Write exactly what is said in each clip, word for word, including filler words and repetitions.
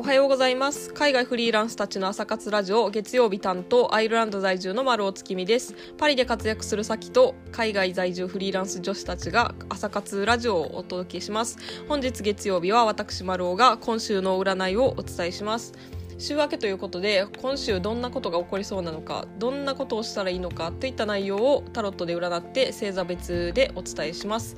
はようございます。海外フリーランスたちの朝活ラジオ、月曜日担当、アイルランド在住の丸尾月見です。パリで活躍する先と海外在住フリーランス女子たちが朝活ラジオをお届けします。本日月曜日は私丸尾が今週の占いをお伝えします。週明けということで、今週どんなことが起こりそうなのか、どんなことをしたらいいのかといった内容をタロットで占って星座別でお伝えします。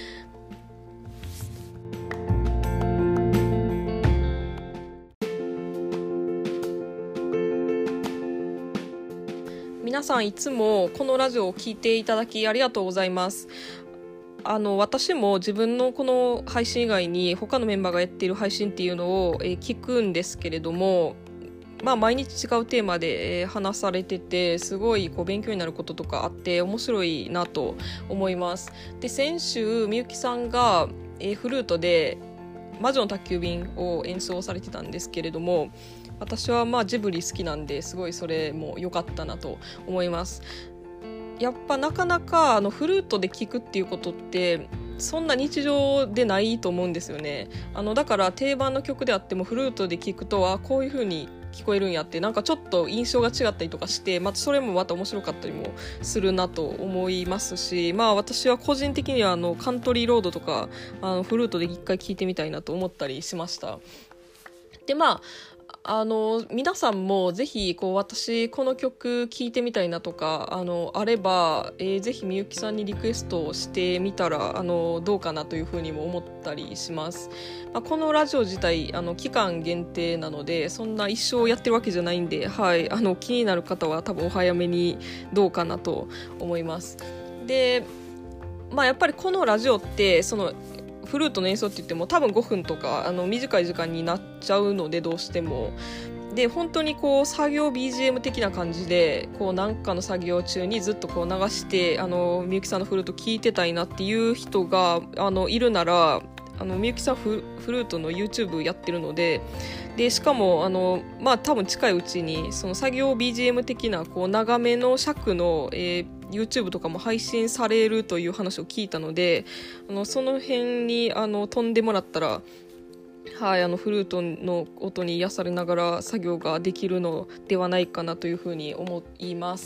皆さんいつもこのラジオを聞いていただきありがとうございます。あの私も自分のこの配信以外に他のメンバーがやっている配信っていうのを、えー、聞くんですけれども、まあ、毎日違うテーマで、えー、話されててすごいこう勉強になることとかあって面白いなと思います。で、先週みゆきさんが、えー、フルートで魔女の宅急便を演奏されてたんですけれども、私はまあジブリ好きなんですごいそれも良かったなと思います。やっぱなかなかあのフルートで聴くっていうことってそんな日常でないと思うんですよね。あのだから定番の曲であってもフルートで聴くとあこういう風に聞こえるんやってなんかちょっと印象が違ったりとかして、まあ、それもまた面白かったりもするなと思いますし、まあ私は個人的にはあのカントリーロードとかあのフルートで一回聴いてみたいなと思ったりしました。で、まああの皆さんもぜひこう私この曲聴いてみたいなとかあのあれば、えー、ぜひみゆきさんにリクエストをしてみたらあのどうかなというふうにも思ったりします。まあ、このラジオ自体あの期間限定なのでそんな一生やってるわけじゃないんで、はい、あの気になる方は多分お早めにどうかなと思います。で、まあ、やっぱりこのラジオってそのフルートの演奏って言っても多分ごふんとかあの短い時間になっちゃうのでどうしてもで本当にこう作業 ビージーエム 的な感じでこうなんかの作業中にずっとこう流してあのみゆきさんのフルート聴いてたいなっていう人があのいるならあのみゆきさんフルートの YouTube やってるのででしかもあの、まあ、多分近いうちにその作業 ビージーエム 的なこう長めの尺の、えー、YouTube とかも配信されるという話を聞いたのであのその辺にあの飛んでもらったら、はい、あのフルートの音に癒されながら作業ができるのではないかなというふうに思います。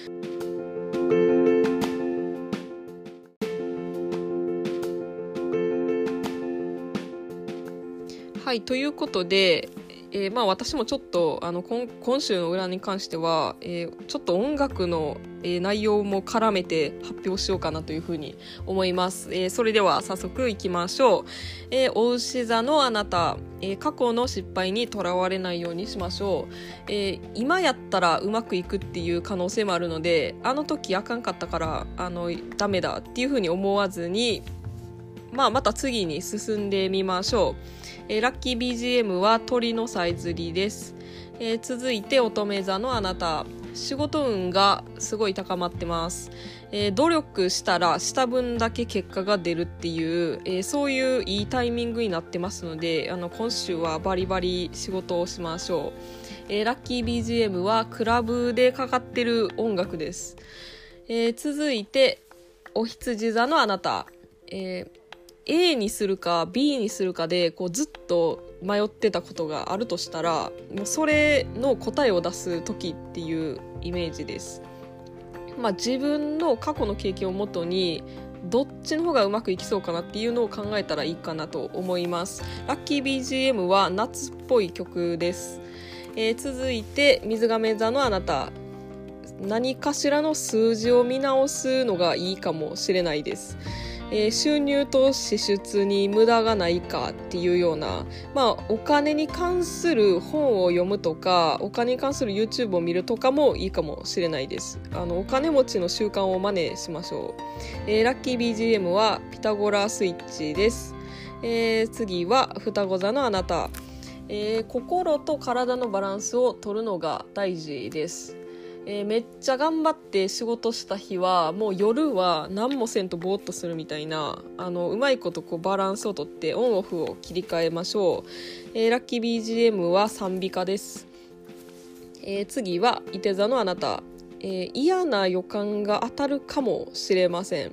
はい、ということで、えーまあ、私もちょっとあの 今, 今週の占いに関しては、えー、ちょっと音楽の、えー、内容も絡めて発表しようかなというふうに思います。えー、それでは早速いきましょう。えー、お牛座のあなた、えー、過去の失敗にとらわれないようにしましょう。えー、今やったらうまくいくっていう可能性もあるのであの時あかんかったからあのダメだっていうふうに思わずに、まあ、また次に進んでみましょう。えー、ラッキー ビージーエム は鳥のさえずりです。えー、続いて乙女座のあなた、仕事運がすごい高まってます。えー、努力したらした分だけ結果が出るっていう、えー、そういういいタイミングになってますのであの今週はバリバリ仕事をしましょう。えー、ラッキー ビージーエム はクラブでかかってる音楽です。えー、続いてお羊座のあなた、えーA にするか ビー にするかでこうずっと迷ってたことがあるとしたらもうそれの答えを出す時っていうイメージです。まあ、自分の過去の経験をもとにどっちの方がうまくいきそうかなっていうのを考えたらいいかなと思います。ラッキー ビージーエム は夏っぽい曲です。えー、続いて水亀座のあなた、何かしらの数字を見直すのがいいかもしれないです。えー、収入と支出に無駄がないかっていうような、まあ、お金に関する本を読むとかお金に関する YouTube を見るとかもいいかもしれないです。あのお金持ちの習慣を真似しましょう。えー、ラッキー ビージーエム はピタゴラスイッチです。えー、次は双子座のあなた、えー、心と体のバランスを取るのが大事です。えー、めっちゃ頑張って仕事した日はもう夜は何もせんとぼーっとするみたいなあのうまいことこうバランスをとってオンオフを切り替えましょう。えー、ラッキー ビージーエム は賛美歌です。えー、次は伊手座のあなた、えー、嫌な予感が当たるかもしれません。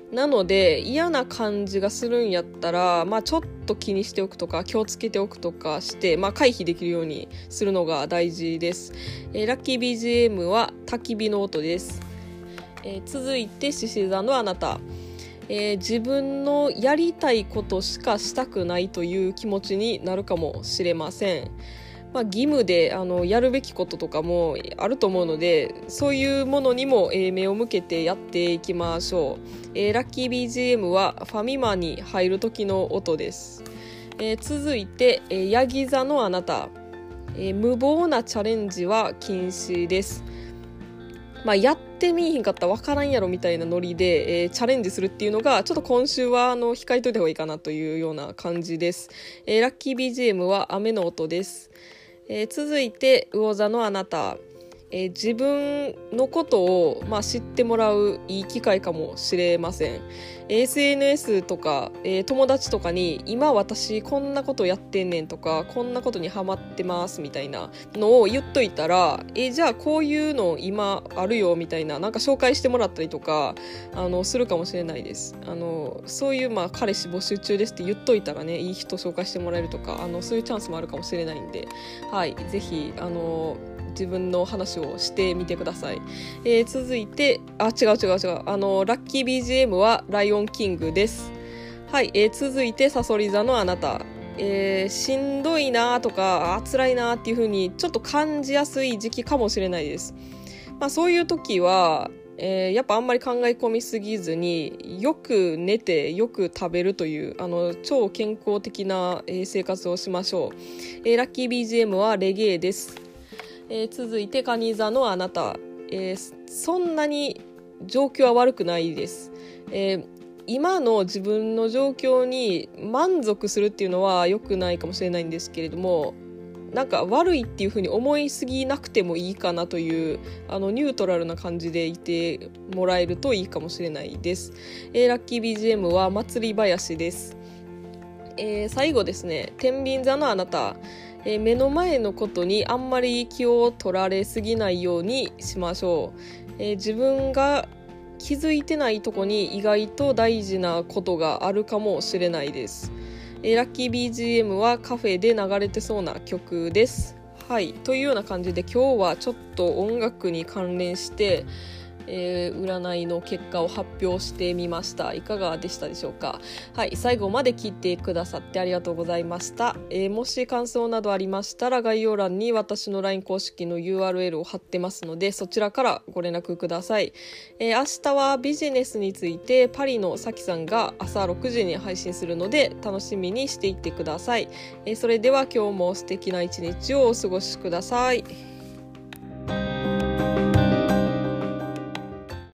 なので嫌な感じがするんやったら、まあ、ちょっと気にしておくとか気をつけておくとかして、まあ、回避できるようにするのが大事です。えー、ラッキー ビージーエム は焚き火の音です。えー、続いて獅子座のあなた、えー、自分のやりたいことしかしたくないという気持ちになるかもしれません。まあ、義務であのやるべきこととかもあると思うので、そういうものにも、えー、目を向けてやっていきましょう。えー、ラッキー ビージーエム はファミマに入る時の音です。えー、続いて、えー、ヤギ座のあなた、えー、無謀なチャレンジは禁止です。まあ、やってみいひんかったら分からんやろみたいなノリで、えー、チャレンジするっていうのがちょっと今週はあの控えといた方がいいかなというような感じです。えー、ラッキー ビージーエム は雨の音です。えー、続いて魚座のあなた、えー、自分のことを、まあ、知ってもらういい機会かもしれません。 エスエヌエス とか、えー、友達とかに今私こんなことやってんねんとかこんなことにハマってますみたいなのを言っといたら、えー、じゃあこういうの今あるよみたいな、なんか紹介してもらったりとかあのするかもしれないです。あのそういう、まあ、彼氏募集中ですって言っといたらね、いい人紹介してもらえるとか、あのそういうチャンスもあるかもしれないんで、はい、ぜひあの自分の話をしてみてください。えー、続いてあ違う違う違うあのラッキー ビージーエム はライオンキングです。はい、えー、続いてさそり座のあなた、えー、しんどいなとかあ辛いなっていう風にちょっと感じやすい時期かもしれないです。まあ、そういう時はえー、やっぱあんまり考え込みすぎずによく寝てよく食べるというあの超健康的な、えー、生活をしましょう。えー、ラッキー ビージーエム はレゲエです。えー、続いて蟹座のあなた、えー、そんなに状況は悪くないです。えー、今の自分の状況に満足するっていうのは良くないかもしれないんですけれども、なんか悪いっていう風に思いすぎなくてもいいかなというあのニュートラルな感じでいてもらえるといいかもしれないです。えー、ラッキー ビージーエム は祭り林です。えー、最後ですね、天秤座のあなた、えー、目の前のことにあんまり気を取られすぎないようにしましょう。えー、自分が気づいてないとこに意外と大事なことがあるかもしれないです。えー、ラッキー ビージーエム はカフェで流れてそうな曲です。はい、というような感じで今日はちょっと音楽に関連してえー、占いの結果を発表してみました。いかがでしたでしょうか。はい、最後まで聞いてくださってありがとうございました。えー、もし感想などありましたら概要欄に私の ライン 公式の ユーアールエル を貼ってますので、そちらからご連絡ください。えー、明日はビジネスについてパリのさきさんが朝ろくじに配信するので楽しみにしていってください。えー、それでは今日も素敵な一日をお過ごしください。